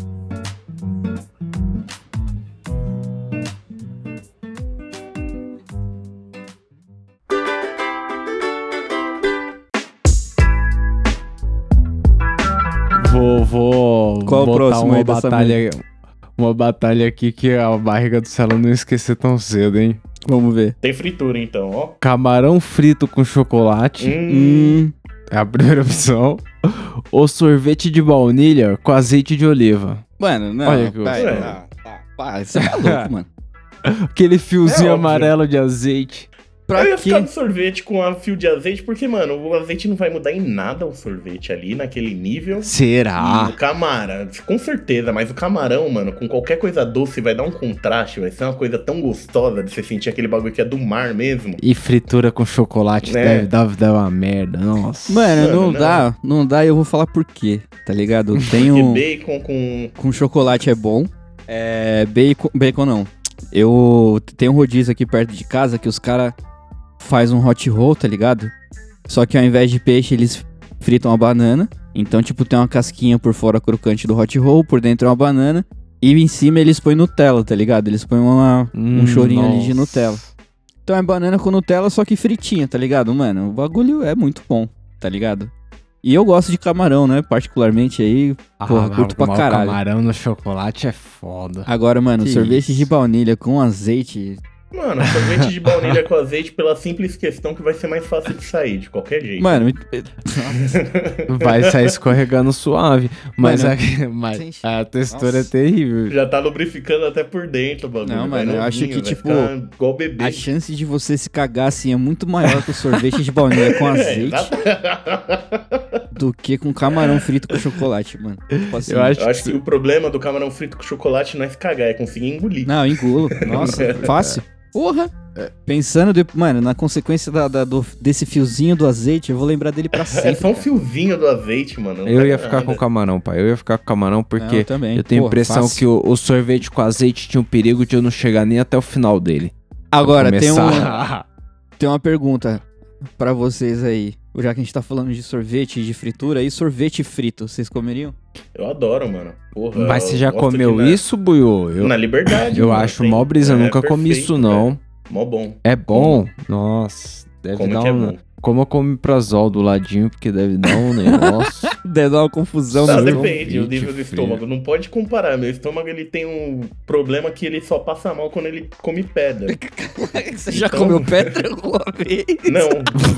Vou Qual o botar próximo aí dessa uma batalha aqui que a barriga do Celo não esquecer tão cedo, hein? Vamos ver. Tem fritura então, ó. Camarão frito com chocolate Hum, é a primeira opção. Ou sorvete de baunilha com azeite de oliva. mano, não. Olha que vai, gostoso. pá, você é louco, mano. Aquele fiozinho É óbvio. amarelo de azeite. Pra eu ia quê? ficar no sorvete com a fio de azeite, porque, mano, o azeite não vai mudar em nada o sorvete ali, naquele nível. Será? E o camarão, com certeza, mas o camarão, mano, com qualquer coisa doce vai dar um contraste, vai ser uma coisa tão gostosa de você sentir aquele bagulho que é do mar mesmo. E fritura com chocolate Né? deve dar uma merda, nossa. Mano, Mano, não dá e eu vou falar por quê, tá ligado? Tem Porque um... bacon com... chocolate é bom. Bacon não. Eu tenho um rodízio aqui perto de casa que os caras faz um hot roll, tá ligado? Só que ao invés de peixe, eles fritam a banana. Então, tipo, tem uma casquinha por fora crocante do hot roll, por dentro é uma banana. E em cima eles põem Nutella, tá ligado? Eles põem um chorinho ali de Nutella. Então é banana com Nutella, só que fritinha, tá ligado? Mano, o bagulho é muito bom, tá ligado? E eu gosto de camarão, né? Particularmente aí, porra, curto pra caralho. Camarão no chocolate é foda. Agora, mano, Que sorvete isso? de baunilha com azeite... Mano, sorvete de baunilha com azeite pela simples questão que vai ser mais fácil de sair, de qualquer jeito. Mano, Vai sair escorregando suave. Mas, Mano, mas a textura Nossa. é terrível. Já tá lubrificando até por dentro o bagulho. Não, vai mano, eu acho novinho, que, vai tipo, ficar igual bebê. a chance de você se cagar assim é muito maior com sorvete de baunilha com azeite exato. do que com camarão frito com chocolate, mano. Tipo assim, Eu acho Eu acho que o problema do camarão frito com chocolate não é se cagar, é conseguir engolir. Não, engulo. Nossa, fácil. Porra. Pensando, mano, na consequência desse fiozinho do azeite, eu vou lembrar dele pra É sempre. só um cara. fiozinho do azeite, mano. não Eu ia pega ficar com nada. camarão, pai. Eu ia ficar com camarão Não, porque eu também. eu tenho a Porra, impressão fácil. que o sorvete com azeite tinha o perigo de eu não chegar nem até o final dele. Agora, Começar. tem uma pergunta pra vocês aí. Já que a gente tá falando de sorvete e de fritura, e sorvete frito, vocês comeriam? Eu adoro, mano. Porra, Mas você eu já gosto comeu de isso, Buiô? Na liberdade. Eu mano, acho tem- mó brisa, eu é nunca comi perfeito, isso não. cara. Mó bom. É bom? Nossa, deve Como dar que é um... bom? Como eu como prazol do ladinho, porque deve dar um negócio. Deve dar uma confusão Tá, no depende, o sorvete nível do frio. estômago. Não pode comparar. Meu estômago ele tem um problema que ele só passa mal quando ele come pedra. Você já Então- comeu pedra alguma vez? Não.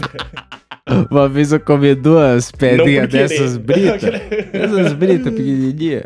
Uma vez eu comi duas não pedrinhas por querer. dessas britas. Essas britas pequenininhas.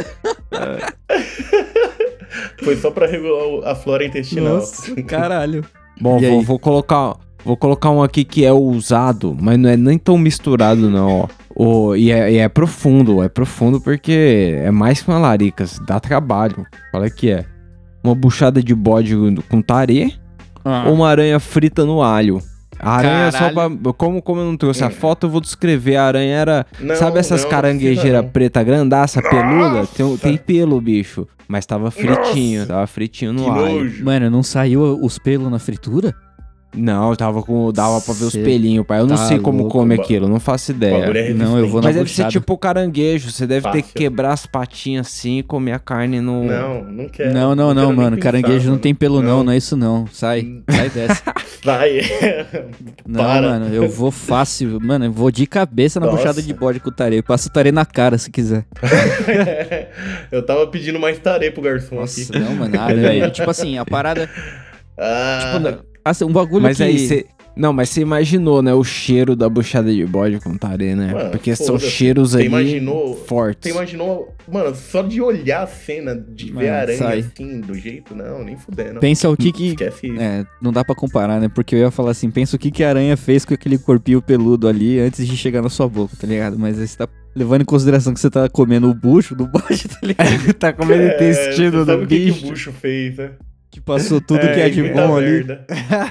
Foi só pra regular a flora intestinal. Nossa, caralho. Bom, E aí? vou colocar um aqui que é usado, mas não é nem tão misturado não, ó. E é profundo porque é mais que uma larica, dá trabalho. Qual é que é? Uma buchada de bode com tarê ou uma aranha frita no alho? A aranha só pra... Como eu não trouxe a foto, eu vou descrever. A aranha era... Não, sabe essas não caranguejeiras precisa não. preta grandaça, peluda? Nossa! Tem pelo, bicho. Mas tava fritinho, Nossa! tava fritinho no Que alho. nojo. Mano, não saiu os pelos na fritura? Não, dava pra ver os Cê pelinhos, pai. Eu não tá sei como louco, come ba- aquilo, não faço O bagulho ideia. é Não, eu vou na Mas deve ser buchada. tipo caranguejo. Você deve ter que Fácil. quebrar as patinhas assim e comer a carne no... Não quero. Não, quero nem mano. pensar, Caranguejo não mano. tem pelo não é isso não. Sai dessa. Vai. Não, Para. mano, eu vou fácil. Mano, eu vou de cabeça na Nossa. buchada de bode com o tarê. Passa o tarê na cara se quiser. Eu tava pedindo mais tarê pro garçom Nossa, aqui. não, mano. Aranha. Tipo assim, a parada... Ah, Assim, um bagulho Mas que... aí você... Não, mas você imaginou, né? O cheiro da buchada de bode com tarê, né? Mano, Porque são foda-se. cheiros Você ali imaginou- fortes. Você imaginou, mano, só de olhar a cena, de ver Mano, a aranha sai. assim, do jeito, não, nem fudendo. Pensa o que Esquece isso. É, não dá pra comparar, né? Porque eu ia falar assim, pensa o que a aranha fez com aquele corpinho peludo ali antes de chegar na sua boca, tá ligado? Mas aí você tá levando em consideração que você tá comendo o bucho do bode, tá ligado? Tá comendo intestino você sabe do o que bicho. o bucho fez, né? Que passou tudo que é de muita bom ali. merda.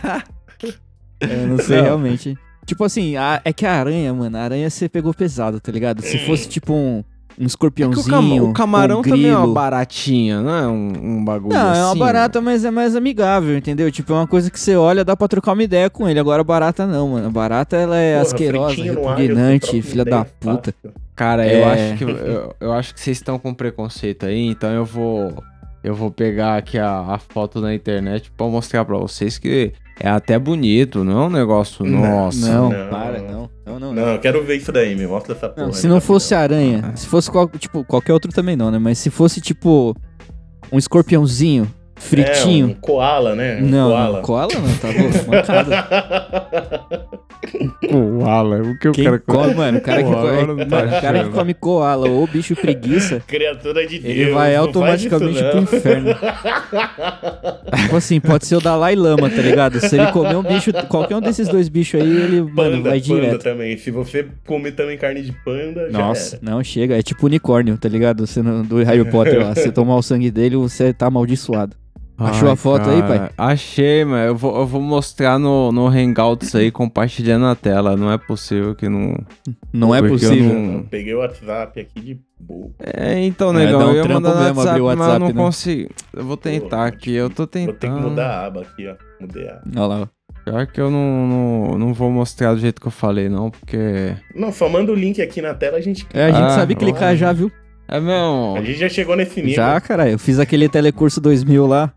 Eu não sei Não. realmente. Tipo assim, é que a aranha, mano, a aranha você pegou pesado, tá ligado? Se fosse tipo um É que escorpiãozinho, o camarão um também é uma grilo. baratinha, não é um bagulho Não, assim? é uma barata, mas é mais amigável, entendeu? Tipo, é uma coisa que você olha, dá pra trocar uma ideia com ele. Agora, barata não, mano. Barata, ela é Porra, asquerosa, fritinho no alho, repugnante, você troca filha da ideia puta. fácil. Cara, É. eu acho que vocês estão com preconceito aí, então eu vou pegar aqui a foto na internet pra mostrar pra vocês que é até bonito, não é um negócio, nossa. Não, Não. para, não. Não. Não, eu quero ver isso daí, me mostra essa porra. Não, aí, se não rapidão. fosse aranha, se fosse qualquer outro também não, né? Mas se fosse tipo um escorpiãozinho fritinho. É, um koala, né? Um Não, koala. não, koala não, tá louco, mancada. Koala, o que eu Quem quero come, mano, o cara que Koala come, não tá mano, o cara que achando. come koala ou bicho preguiça, Criatura de Deus. ele vai não automaticamente faz pro isso, não. inferno. Tipo assim, pode ser o Dalai Lama, tá ligado? Se ele comer um bicho, qualquer um desses dois bichos aí, ele, mano, Panda, vai panda direto. também. Se você comer também carne de panda, Nossa, já era. não, chega. É tipo unicórnio, tá ligado? Você do Harry Potter lá. Você tomar o sangue dele, você tá amaldiçoado. Achou a foto aí, pai? Achei, mas eu vou mostrar no Hangouts aí, compartilhando a tela. Não é possível que não... Não é Porque eu possível. não- Peguei o WhatsApp aqui de boa. Então, É, negão, dá um eu ia trampo mandar no mesmo abrir WhatsApp, o mas eu WhatsApp, não né? consigo. Eu vou tentar aqui, eu tô tentando. Vou ter que mudar a aba aqui, ó. Mudei a aba. Olha lá, ó. Pior que eu não vou mostrar do jeito que eu falei, não, porque... Não, só manda o link aqui na tela, a gente... É, a gente Ah, sabe clicar olha. já, viu? É mesmo... A gente já chegou nesse nível. Já, cara, eu fiz aquele telecurso 2000 lá.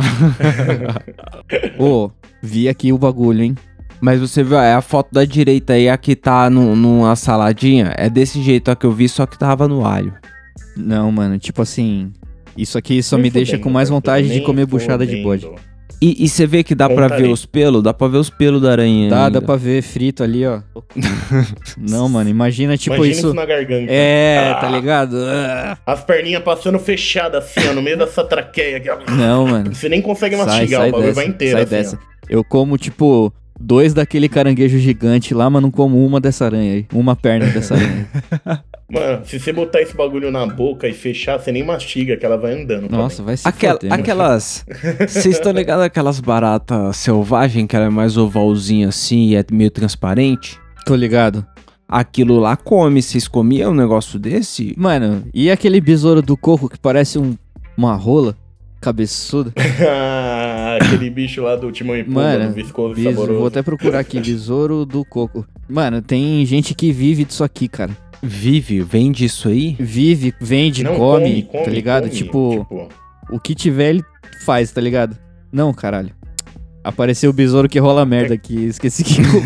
Ô, vi aqui o bagulho, hein? Mas você viu, é a foto da direita aí, a que tá numa saladinha, é desse jeito a que eu vi, só que tava no alho. Não, mano, tipo assim... Isso aqui só Nem me deixa fudendo, com mais parceiro, vontade de nem comer buchada de fudendo. bode. E você vê que dá pra Contarei. ver os pelos? Dá pra ver os pelos da aranha Dá ainda. pra ver frito ali, ó. Não, mano, imagina, tipo, Imagina isso... isso na garganta. É, tá Ah, ligado? Ah. As perninhas passando fechadas assim, ó, no meio dessa traqueia aqui, ó. Não, mano. Você nem consegue Sai, mastigar, sai o bagulho dessa, vai inteiro sai assim, dessa. ó. Eu como, tipo, 2 daquele caranguejo gigante lá, mas não como uma dessa aranha aí. Uma perna dessa aranha aí. Mano, se você botar esse bagulho na boca e fechar, você nem mastiga, que ela vai andando. Nossa, vai se Aquela, foder, mano. aquelas... Vocês estão ligados aquelas baratas selvagens, que ela é mais ovalzinha assim e é meio transparente? Tô ligado. Aquilo lá come. Vocês comiam um negócio desse? Mano, e aquele besouro do coco que parece uma rola cabeçuda? Ah, aquele bicho lá do Timão e Pumba, Mano, do viscoso e saboroso. vou até procurar aqui, besouro do coco. Mano, tem gente que vive disso aqui, cara. Vive, vende isso aí? Vive, vende, Não, come, tá ligado? come, Tipo, o que tiver ele faz, tá ligado? Não, caralho. Apareceu o besouro que rola merda aqui. Esqueci que coco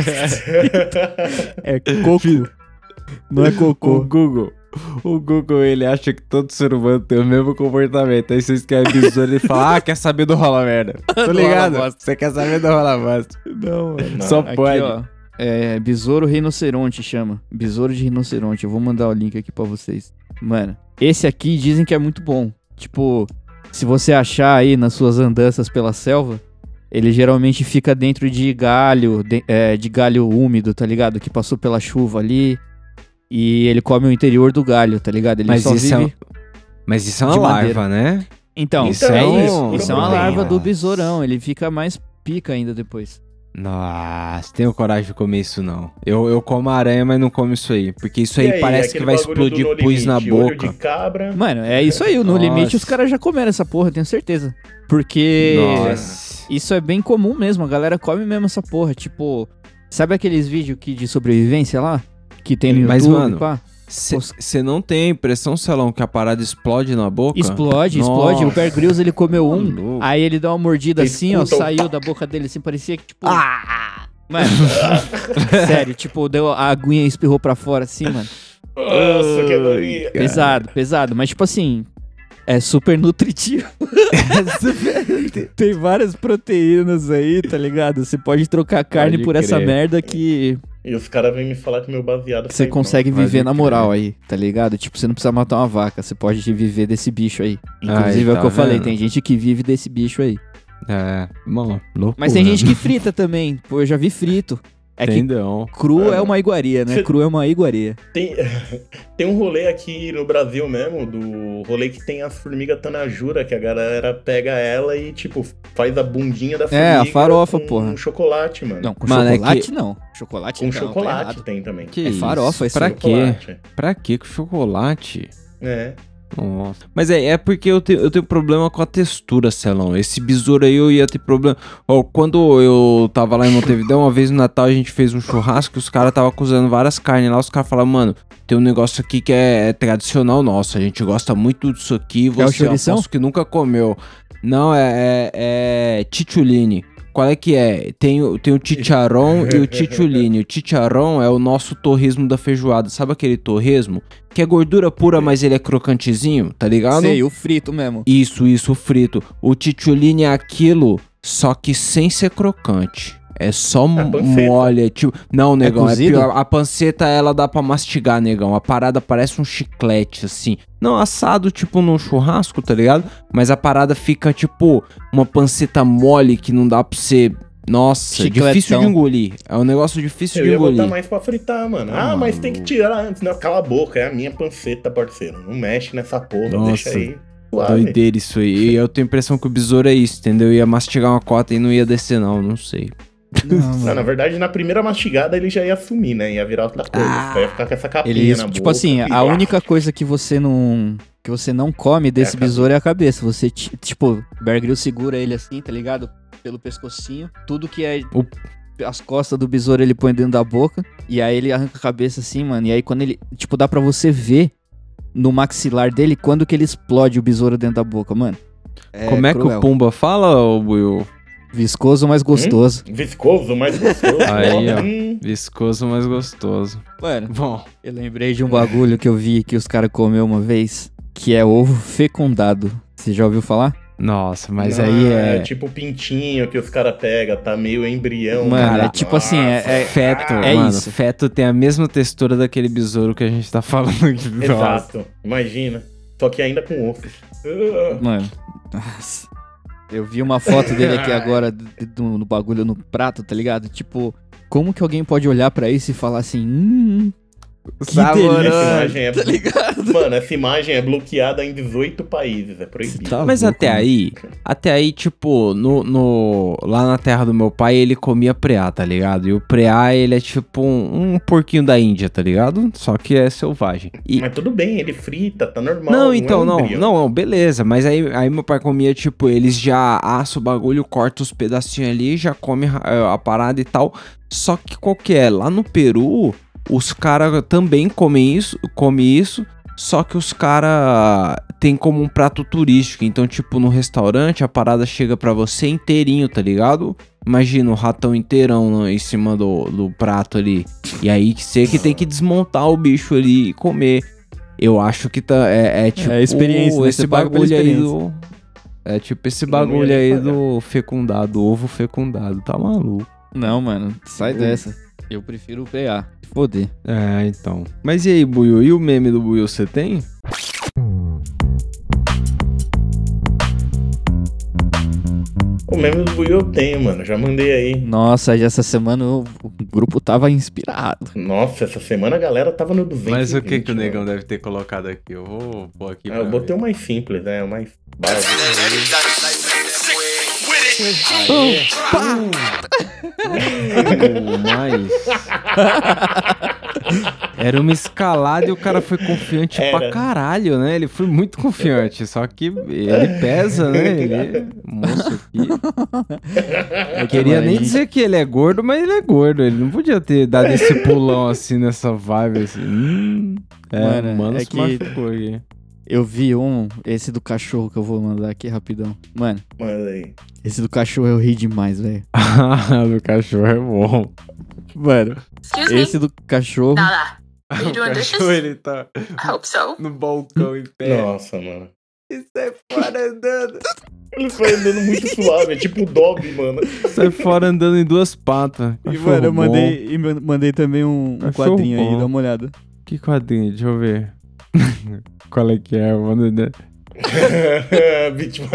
é coco. Não é cocô. O Google, ele acha que todo ser humano tem o mesmo comportamento. Aí você escreve besouro e ele fala, tô saber do rola merda. Tô Do ligado? rola bosta. Você quer saber do rola bosta. Não, mano. Só Aqui, pode. ó. É, besouro rinoceronte chama. Besouro de rinoceronte. Eu vou mandar o link aqui pra vocês. Mano, esse aqui dizem que é muito bom. Tipo, se você achar aí nas suas andanças pela selva, ele geralmente fica dentro de galho, de galho úmido, tá ligado? Que passou pela chuva ali. E ele come o interior do galho, tá ligado? Ele Mas só isso vive... Mas isso é uma de larva, madeira. né? Então, Isso é é um- isso. Isso é uma proteína. larva do besourão. Ele fica mais pica ainda depois. Nossa, tenho coragem de comer isso não. Eu como aranha, mas não como isso aí. Porque isso aí, parece que aquele vai bagulho do explodir No pus na Limite, olho boca. de cabra. Mano, é isso aí. No Nossa. limite, os caras já comeram essa porra, eu tenho certeza. Porque Nossa. isso é bem comum mesmo. A galera come mesmo essa porra. Tipo, sabe aqueles vídeos de sobrevivência lá? Que tem no Mas, YouTube, mano, pá? Você não tem a impressão, Celão, que a parada explode na boca? Explode. Nossa. O Bear Grylls, ele comeu um. Louco. Aí ele dá uma mordida Vocês assim, ó. escutam? Saiu da boca dele assim, parecia que tipo... Mano, sério, tipo, deu a aguinha e espirrou pra fora assim, mano. Nossa, que agonia. Pesado. Mas tipo assim, é super nutritivo. Tem várias proteínas aí, tá ligado? Você pode trocar carne Pode por essa crer. merda que E os caras vêm me falar que meu baseado você faz consegue Pode viver na crer. moral aí, tá ligado? Tipo, você não precisa matar uma vaca, você pode viver desse bicho aí. Inclusive Aí, é o tá que eu falei, vendo? tem gente que vive desse bicho aí. É, mano, loucura. Mas tem gente que frita também, pô, eu já vi frito. É que Entendeu? cru é uma iguaria, né? Cê- Cru é uma iguaria. Tem um rolê aqui no Brasil mesmo, do rolê que tem a formiga tanajura, que a galera pega ela e, tipo, faz a bundinha da formiga É, a farofa, com porra. chocolate, mano. Não, com Mano, é chocolate que- não. Chocolate Com não, tá chocolate errado. tem também. Que É isso? farofa esse Pra aí. quê? Chocolate. Pra quê com chocolate? É. Nossa. Mas é porque eu tenho problema com a textura, Celão. Esse besouro aí eu ia ter problema. Ó, quando eu tava lá em Montevidéu, uma vez no Natal a gente fez um churrasco e os caras tava acusando várias carnes lá. Os caras falaram, mano, tem um negócio aqui que é tradicional nosso. A gente gosta muito disso aqui. o Você chourição? aposto que nunca comeu. Não, é tituline. Qual é que é? Tem o chicharrón e o tituline. O chicharrón é o nosso torresmo da feijoada. Sabe aquele torresmo? Que é gordura pura, mas ele é crocantezinho, tá ligado? Sei, o frito mesmo. Isso, frito. O tituline é aquilo, só que sem ser crocante. É só panceta. mole, é tipo... Não, negão, é cozido? pior. A panceta, ela dá pra mastigar, negão. A parada parece um chiclete, assim. Não assado, tipo, num churrasco, tá ligado? Mas a parada fica, tipo, uma panceta mole que não dá pra você... Nossa, Chicletão. difícil de engolir. É um negócio difícil Eu de ia botar engolir. mais pra fritar, mano. Mas tem que tirar antes. Não, cala a boca, é a minha panceta, parceiro. Não mexe nessa porra, Nossa, deixa aí. Suave. Doideira isso aí. E eu tenho a impressão que o besouro é isso, entendeu? Ia mastigar uma cota e não ia descer, não sei. Não, na verdade, na primeira mastigada ele já ia sumir, né? Ia virar outra coisa. Ia ficar com essa capinha Ele, na tipo boca. assim, a única coisa que você não come desse a besouro é a cabeça. Você, tipo, o Bear Grylls segura ele assim, tá ligado? Pelo pescocinho. Tudo que é as costas do besouro ele põe dentro da boca. E aí ele arranca a cabeça assim, mano. E aí quando ele, tipo, dá pra você ver no maxilar dele quando que ele explode o besouro dentro da boca, mano. Como é que o Pumba fala, ô Buiu? Viscoso, mas gostoso. Viscoso, mas gostoso. Aí, ó. Viscoso, mas gostoso. Mano, Bom. eu lembrei de um bagulho que eu vi que os caras comeu uma vez, que é ovo fecundado. Você já ouviu falar? Nossa, mas aí é... tipo o pintinho que os caras pegam, tá meio embrião. Mano, cara. é tipo assim, é Feto, é mano. isso. Feto tem a mesma textura daquele besouro que a gente tá falando aqui. Nossa. Exato, imagina. Só que ainda com osso. Mano, nossa. Eu vi uma foto dele aqui agora no bagulho no prato, tá ligado? Tipo, como que alguém pode olhar pra isso e falar assim, que Saboroso. delícia, Essa imagem é... tá ligado? Mano, essa imagem é bloqueada em 18 países, é proibido. Tá Mas louco, até aí, tipo, lá na terra do meu pai, ele comia preá, tá ligado? E o preá, ele é tipo um porquinho da Índia, tá ligado? Só que é selvagem. E... Mas tudo bem, ele frita, tá normal. Não, então, é um embrião. não, beleza. Mas aí meu pai comia, tipo, eles já assam o bagulho, corta os pedacinhos ali, já come a parada e tal. Só que qual que é? Lá no Peru, os caras também comem isso, só que os caras tem como um prato turístico. Então, tipo, no restaurante, a parada chega pra você inteirinho, tá ligado? Imagina o ratão inteirão em cima do prato ali. E aí você que tem que desmontar o bicho ali e comer. Eu acho que tipo É a experiência, né? esse Você paga pela bagulho aí experiência. É tipo esse Não ia bagulho nem aí pagar. do fecundado, ovo fecundado. Tá maluco. Não, mano, sai dessa. Eu prefiro o PA. Foder. É, então. Mas e aí, Buiu? E o meme do Buiu você tem? O meme do Buiu eu tenho, mano. Já mandei aí. Nossa, já essa semana o grupo tava inspirado. Nossa, essa semana a galera tava no 220. Mas o que o mano. negão deve ter colocado aqui? Eu vou pôr aqui pra Eu botei o ver. mais simples, né? O mais básico. Mas... Era uma escalada e o cara foi confiante pra Era. caralho, né? Ele foi muito confiante, só que ele pesa, né? Ele, moço aqui. Eu queria mano, nem a gente- dizer que ele é gordo, mas ele é gordo. Ele não podia ter dado esse pulão assim, nessa vibe assim. Mano, Mano, é se que- machucou aqui. Eu vi esse do cachorro que eu vou mandar aqui rapidão. Mano, Manda aí. esse do cachorro eu ri demais, velho. Ah, do cachorro é bom. Mano, Excuse me. esse do cachorro. Nada. Are you O doing dishes? cachorro, ele tá I hope so. no balcão em pé. Nossa, mano. E sai fora andando. Ele foi andando muito suave, é tipo o Dobby, mano. Sai fora andando em duas patas. E, Cachorro mano, eu bom. mandei também um Cachorro quadrinho aí, bom. dá uma olhada. Que quadrinho? Deixa eu ver. Qual é que é? Mano, Bitch.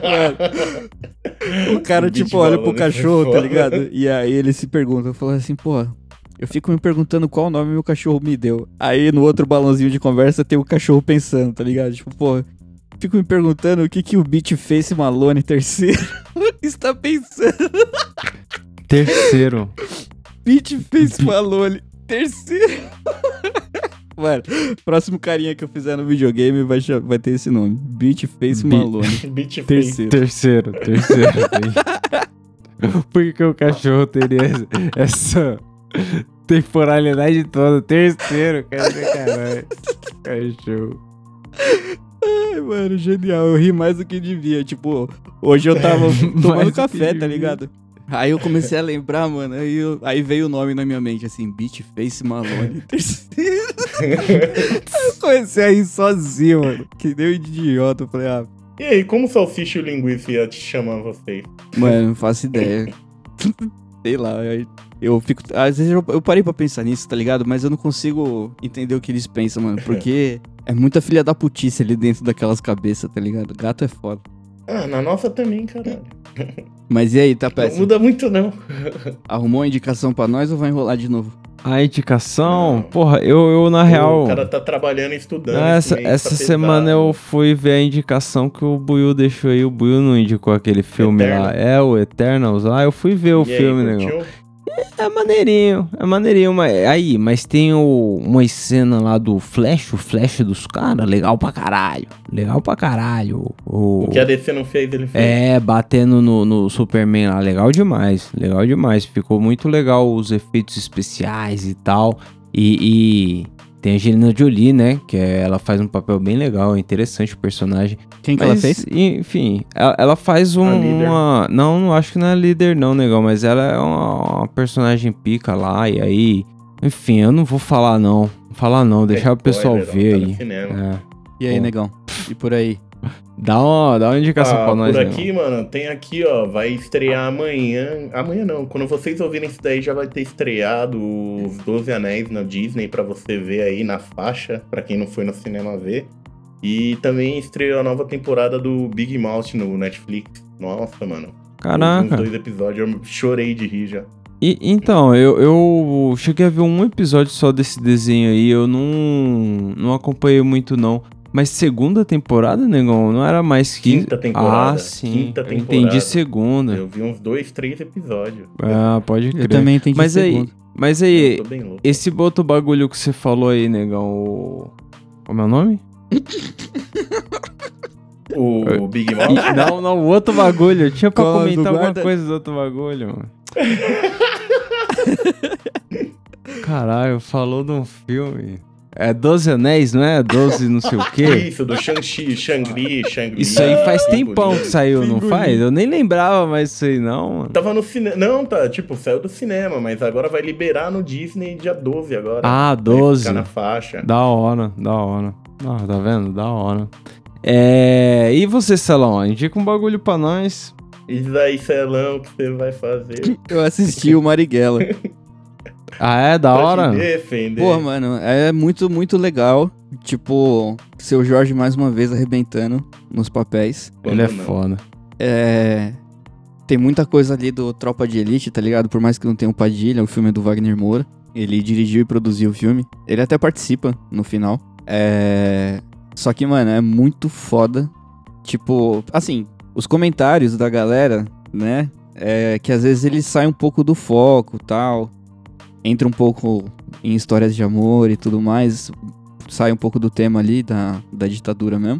O cara, Beat tipo, olha pro Balloon, cachorro, foi tá foda. ligado? E aí ele se pergunta, fala assim, pô, eu fico me perguntando qual nome meu cachorro me deu. Aí no outro balãozinho de conversa tem o cachorro pensando, tá ligado? Tipo, pô, fico me perguntando o que o Beat Face Malone terceiro está pensando. terceiro. Beat Face Malone terceiro. Mano, próximo carinha que eu fizer no videogame vai ter esse nome. Beat Face Malone. Bitch face. Terceiro. Terceiro. Por que o cachorro teria essa temporalidade toda? Terceiro, caralho. Cachorro. Ai, mano, genial. Eu ri mais do que devia. Tipo, hoje eu tava Mais do tomando que café, tá devia. ligado? Aí eu comecei a lembrar, mano. Aí veio o nome na minha mente, assim, Beat Face Malone terceiro. Eu comecei a rir sozinho, mano. Que nem um idiota. Eu falei, ah, E aí, como salsicha e linguiça ia te chamar vocês? mano, não faço ideia. Sei lá, eu fico... Às vezes eu parei pra pensar nisso, tá ligado? Mas eu não consigo entender o que eles pensam, mano. Porque é muita filha da putice ali dentro daquelas cabeças, tá ligado? Gato é foda. Ah, na nossa também, caralho. Mas e aí, tá Não péssimo? muda muito, não. Arrumou uma indicação pra nós ou vai enrolar de novo? A indicação, Não. porra, eu na real... O cara tá trabalhando e estudando. Essa, esse mês essa tá semana pesado. eu fui ver a indicação que o Buiu deixou aí. O Buiu não indicou aquele filme lá. Eternals. É, o Eternals lá. Eu fui ver o E aí, filme, curtiu? negão. É maneirinho, mas tem uma cena lá do Flash, o Flash dos caras, legal pra caralho. O que a DC não fez, ele fez. É, batendo no Superman lá, legal demais. Ficou muito legal os efeitos especiais e tal. E tem a Angelina Jolie, né? Que ela faz um papel bem legal, é interessante o personagem. Quem que ela fez? Enfim, ela faz líder. uma... Não, acho que não é líder não, negão. Mas ela é uma personagem pica lá, e aí... Enfim, eu não vou falar não. Deixar o pessoal spoiler, ver ó, tá no aí. cinema. É. E aí, Bom. negão? E por aí? Dá uma indicação pra nós, por negão. aqui, mano, tem aqui, ó, vai estrear amanhã. Amanhã não, quando vocês ouvirem isso daí já vai ter estreado os 12 Anéis na Disney pra você ver aí na faixa, pra quem não foi no cinema ver. E também estreou a nova temporada do Big Mouth no Netflix. Nossa, mano. Caraca. Uns 2 episódios, eu chorei de rir já. Então, eu cheguei a ver um episódio só desse desenho aí, eu não acompanhei muito não. Mas segunda temporada, negão, não era mais que... Quinta temporada. Ah, sim, Quinta eu temporada. entendi segunda. Eu vi uns 2, 3 episódios. Ah, pode crer. Eu também entendi Mas aí, segundo. aí, Eu tô bem louco. esse outro bagulho que você falou aí, negão, como é o nome? O Big Mouth? Não, o outro bagulho, eu tinha pra Qual, do comentar alguma guarda? coisa do outro bagulho, mano. Caralho, falou de um filme. É 12 Anéis, não é? 12 não sei o quê. Isso, do Shang-Chi, Shang-Li. Isso aí faz Pinguim. tempão que saiu, não faz? Eu nem lembrava mais disso aí, não, mano. Tava no cinema. Não, tá, tipo, saiu do cinema, mas agora vai liberar no Disney dia 12 agora. Ah, Vai 12. ficar na faixa. Da hora. Ah, tá vendo? Da hora. E você, Celão? Indica um bagulho pra nós. Isso aí, Celão, que você vai fazer? Eu assisti o Marighella. Ah, é? Da Pra hora? te defender. Pô, mano, é muito, muito legal. Tipo, seu Jorge mais uma vez arrebentando nos papéis. Quando Ele é não. foda. Tem muita coisa ali do Tropa de Elite, tá ligado? Por mais que não tenha o Padilha, o filme é do Wagner Moura. Ele dirigiu e produziu o filme. Ele até participa no final. Só que, mano, é muito foda. Tipo, assim, os comentários da galera, né? Que às vezes eles saem um pouco do foco e tal. Entra um pouco em histórias de amor e tudo mais. Sai um pouco do tema ali da ditadura mesmo.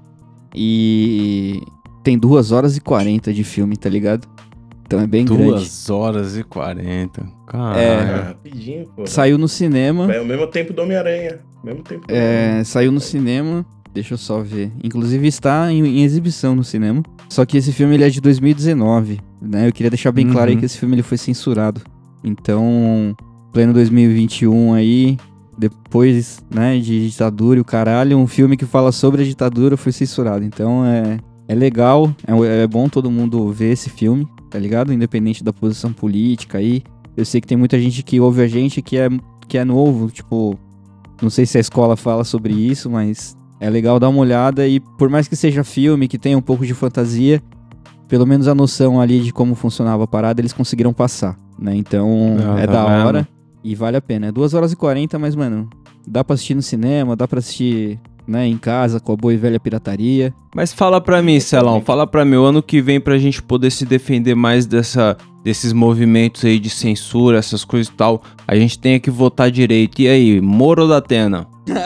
E tem 2 horas e 40 de filme, tá ligado? Então é bem grande. 2 horas e 40. Caralho. Ah, rapidinho, pô. Saiu no cinema. É o mesmo tempo do Homem-Aranha. Mesmo tempo do Homem-Aranha. Saiu no cinema. Deixa eu só ver. Inclusive está em exibição no cinema. Só que esse filme ele é de 2019, né? Eu queria deixar bem claro aí que esse filme ele foi censurado. Então, pleno 2021 aí, depois, né, de ditadura e o caralho, um filme que fala sobre a ditadura foi censurado. Então é legal, é bom todo mundo ver esse filme, tá ligado? Independente da posição política aí. Eu sei que tem muita gente que ouve a gente que é novo, tipo, não sei se a escola fala sobre isso, mas é legal dar uma olhada e por mais que seja filme, que tenha um pouco de fantasia, pelo menos a noção ali de como funcionava a parada, eles conseguiram passar, né? Então, Tá da vendo? hora e vale a pena. É 2 horas e 40, mas, mano, dá pra assistir no cinema, dá pra assistir, né, em casa, com a boa e velha pirataria. Mas fala pra mim, Celão, fala pra mim, o ano que vem pra gente poder se defender mais desses movimentos aí de censura, essas coisas e tal, a gente tem que votar direito. E aí, Moro ou da Atena?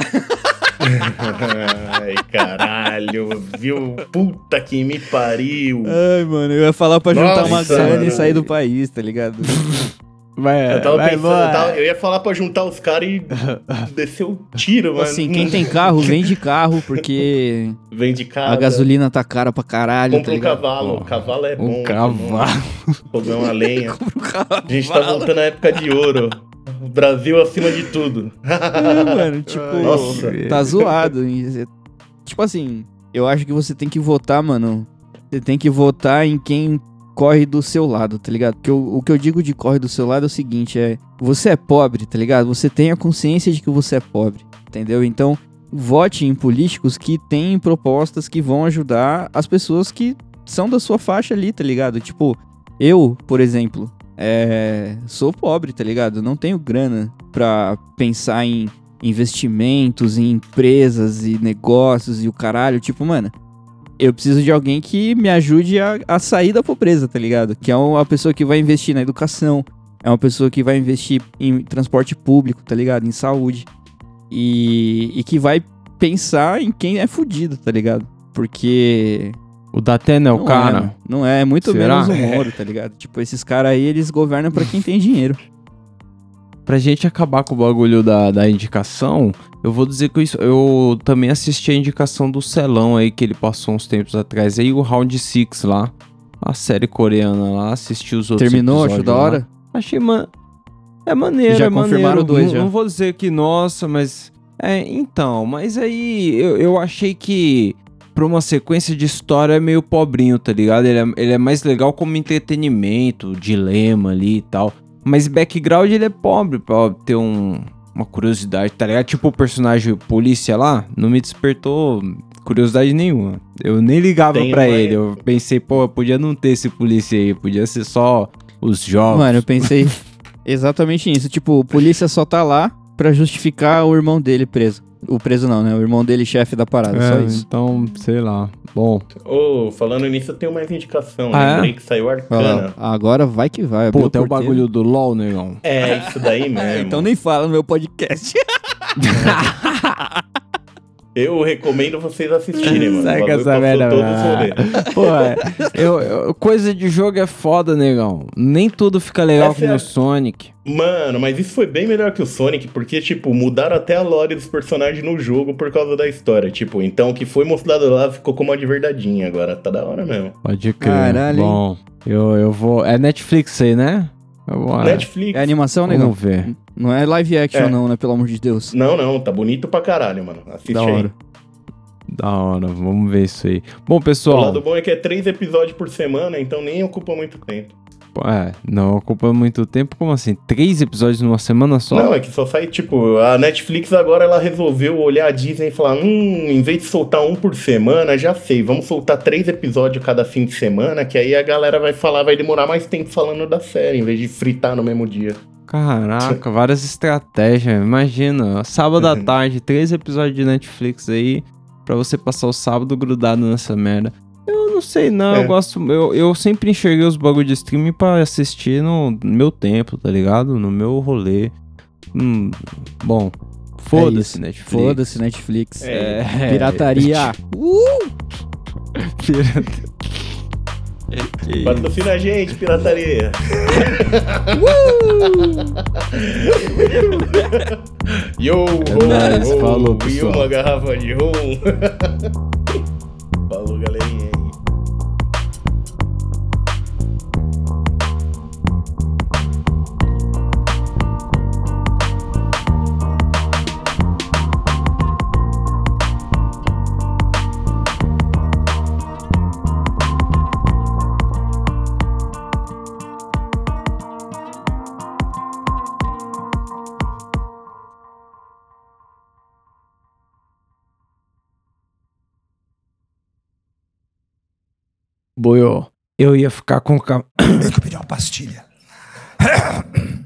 Ai, caralho, viu? Puta que me pariu. Ai, mano, eu ia falar pra juntar Nossa, uma grana mano. e sair do país, tá ligado? Vai, Eu tava pensando, eu ia falar pra juntar os caras e descer o tiro, mano. Assim, quem tem carro, vende carro, porque Vende casa. a gasolina tá cara pra caralho, Compra tá um ligado? cavalo. Pô, O cavalo é bom. Um cavalo. Fogão a lenha. Compra um cavalo. A gente tá voltando à época de ouro. Brasil acima de tudo. Mano, tipo, Nossa. tá zoado. Tipo assim, eu acho que você tem que votar, mano. Você tem que votar em quem corre do seu lado, tá ligado? Porque o que eu digo de corre do seu lado é o seguinte, você é pobre, tá ligado? Você tem a consciência de que você é pobre, entendeu? Então, vote em políticos que têm propostas que vão ajudar as pessoas que são da sua faixa ali, tá ligado? Tipo, eu, por exemplo, sou pobre, tá ligado? Eu não tenho grana pra pensar em investimentos, em empresas e negócios e o caralho. Tipo, mano, eu preciso de alguém que me ajude a sair da pobreza, tá ligado? Que é uma pessoa que vai investir na educação, é uma pessoa que vai investir em transporte público, tá ligado? Em saúde. E que vai pensar em quem é fudido, tá ligado? Porque... O Datena é o cara? Mano. Não é muito Será? menos o Moro, tá ligado? Tipo, esses caras aí, eles governam pra quem tem dinheiro. Pra gente acabar com o bagulho da indicação, eu vou dizer que eu também assisti a indicação do Celão aí, que ele passou uns tempos atrás aí, o Round 6 lá, a série coreana lá, assisti os outros Terminou, achou episódios da lá. hora? Achei, é maneiro, Já é confirmaram maneiro. dois, já. Não vou dizer que, nossa, mas... então, mas aí eu achei que pra uma sequência de história é meio pobrinho, tá ligado? Ele é mais legal como entretenimento, dilema ali e tal. Mas background ele é pobre pra ter uma curiosidade, tá ligado? Tipo o personagem polícia lá, não me despertou curiosidade nenhuma. Eu nem ligava pra ele, eu pensei, pô, podia não ter esse polícia aí, podia ser só os jogos. Mano, eu pensei exatamente nisso. Tipo, o polícia só tá lá pra justificar o irmão dele preso. O preso não, né? O irmão dele chefe da parada, só isso. Então, sei lá. Bom. Falando nisso, eu tenho mais indicação. Ah, Lembrei que saiu Arcana. Agora vai que vai. Pô, tem o bagulho do LOL, negão. Isso daí mesmo. Então nem fala no meu podcast. Eu recomendo vocês assistirem, mano. Sabe que O bagulho essa merda, passou todos os rolês. Pô, coisa de jogo é foda, negão. Nem tudo fica legal Essa como é o Sonic. Mano, mas isso foi bem melhor que o Sonic, porque, tipo, mudaram até a lore dos personagens no jogo por causa da história. Tipo, então o que foi mostrado lá ficou como uma de verdadeinha agora. Tá da hora mesmo. Pode crer. Caralho, hein? Bom, eu vou... É Netflix aí, né? Netflix. É animação, negão? Vamos ver. Não é live action não, né? Pelo amor de Deus. Não, tá bonito pra caralho, mano. Assiste Da aí. hora. Da hora, vamos ver isso aí. Bom, O pessoal... lado bom é que é 3 episódios por semana, então nem ocupa muito tempo. Não ocupa muito tempo. Como assim? 3 episódios numa semana só? Não, é que só sai, tipo, a Netflix agora ela resolveu olhar a Disney e falar, em vez de soltar um por semana, já sei, vamos soltar 3 episódios cada fim de semana, que aí a galera vai falar, vai demorar mais tempo falando da série, em vez de fritar no mesmo dia. Caraca, várias estratégias. Imagina, sábado à tarde, 3 episódios de Netflix aí, pra você passar o sábado grudado nessa merda. Eu não sei não, eu gosto... Eu sempre enxerguei os bagulho de streaming pra assistir no meu tempo, tá ligado? No meu rolê. Bom, foda-se Netflix. Foda-se Netflix. É. Pirataria. Patrocina a gente, pirataria. Yo, nóis, falou, e pessoal. uma garrafa de rum. Falou, galerinha. Boiô, eu ia ficar com... Tem que pedir uma pastilha.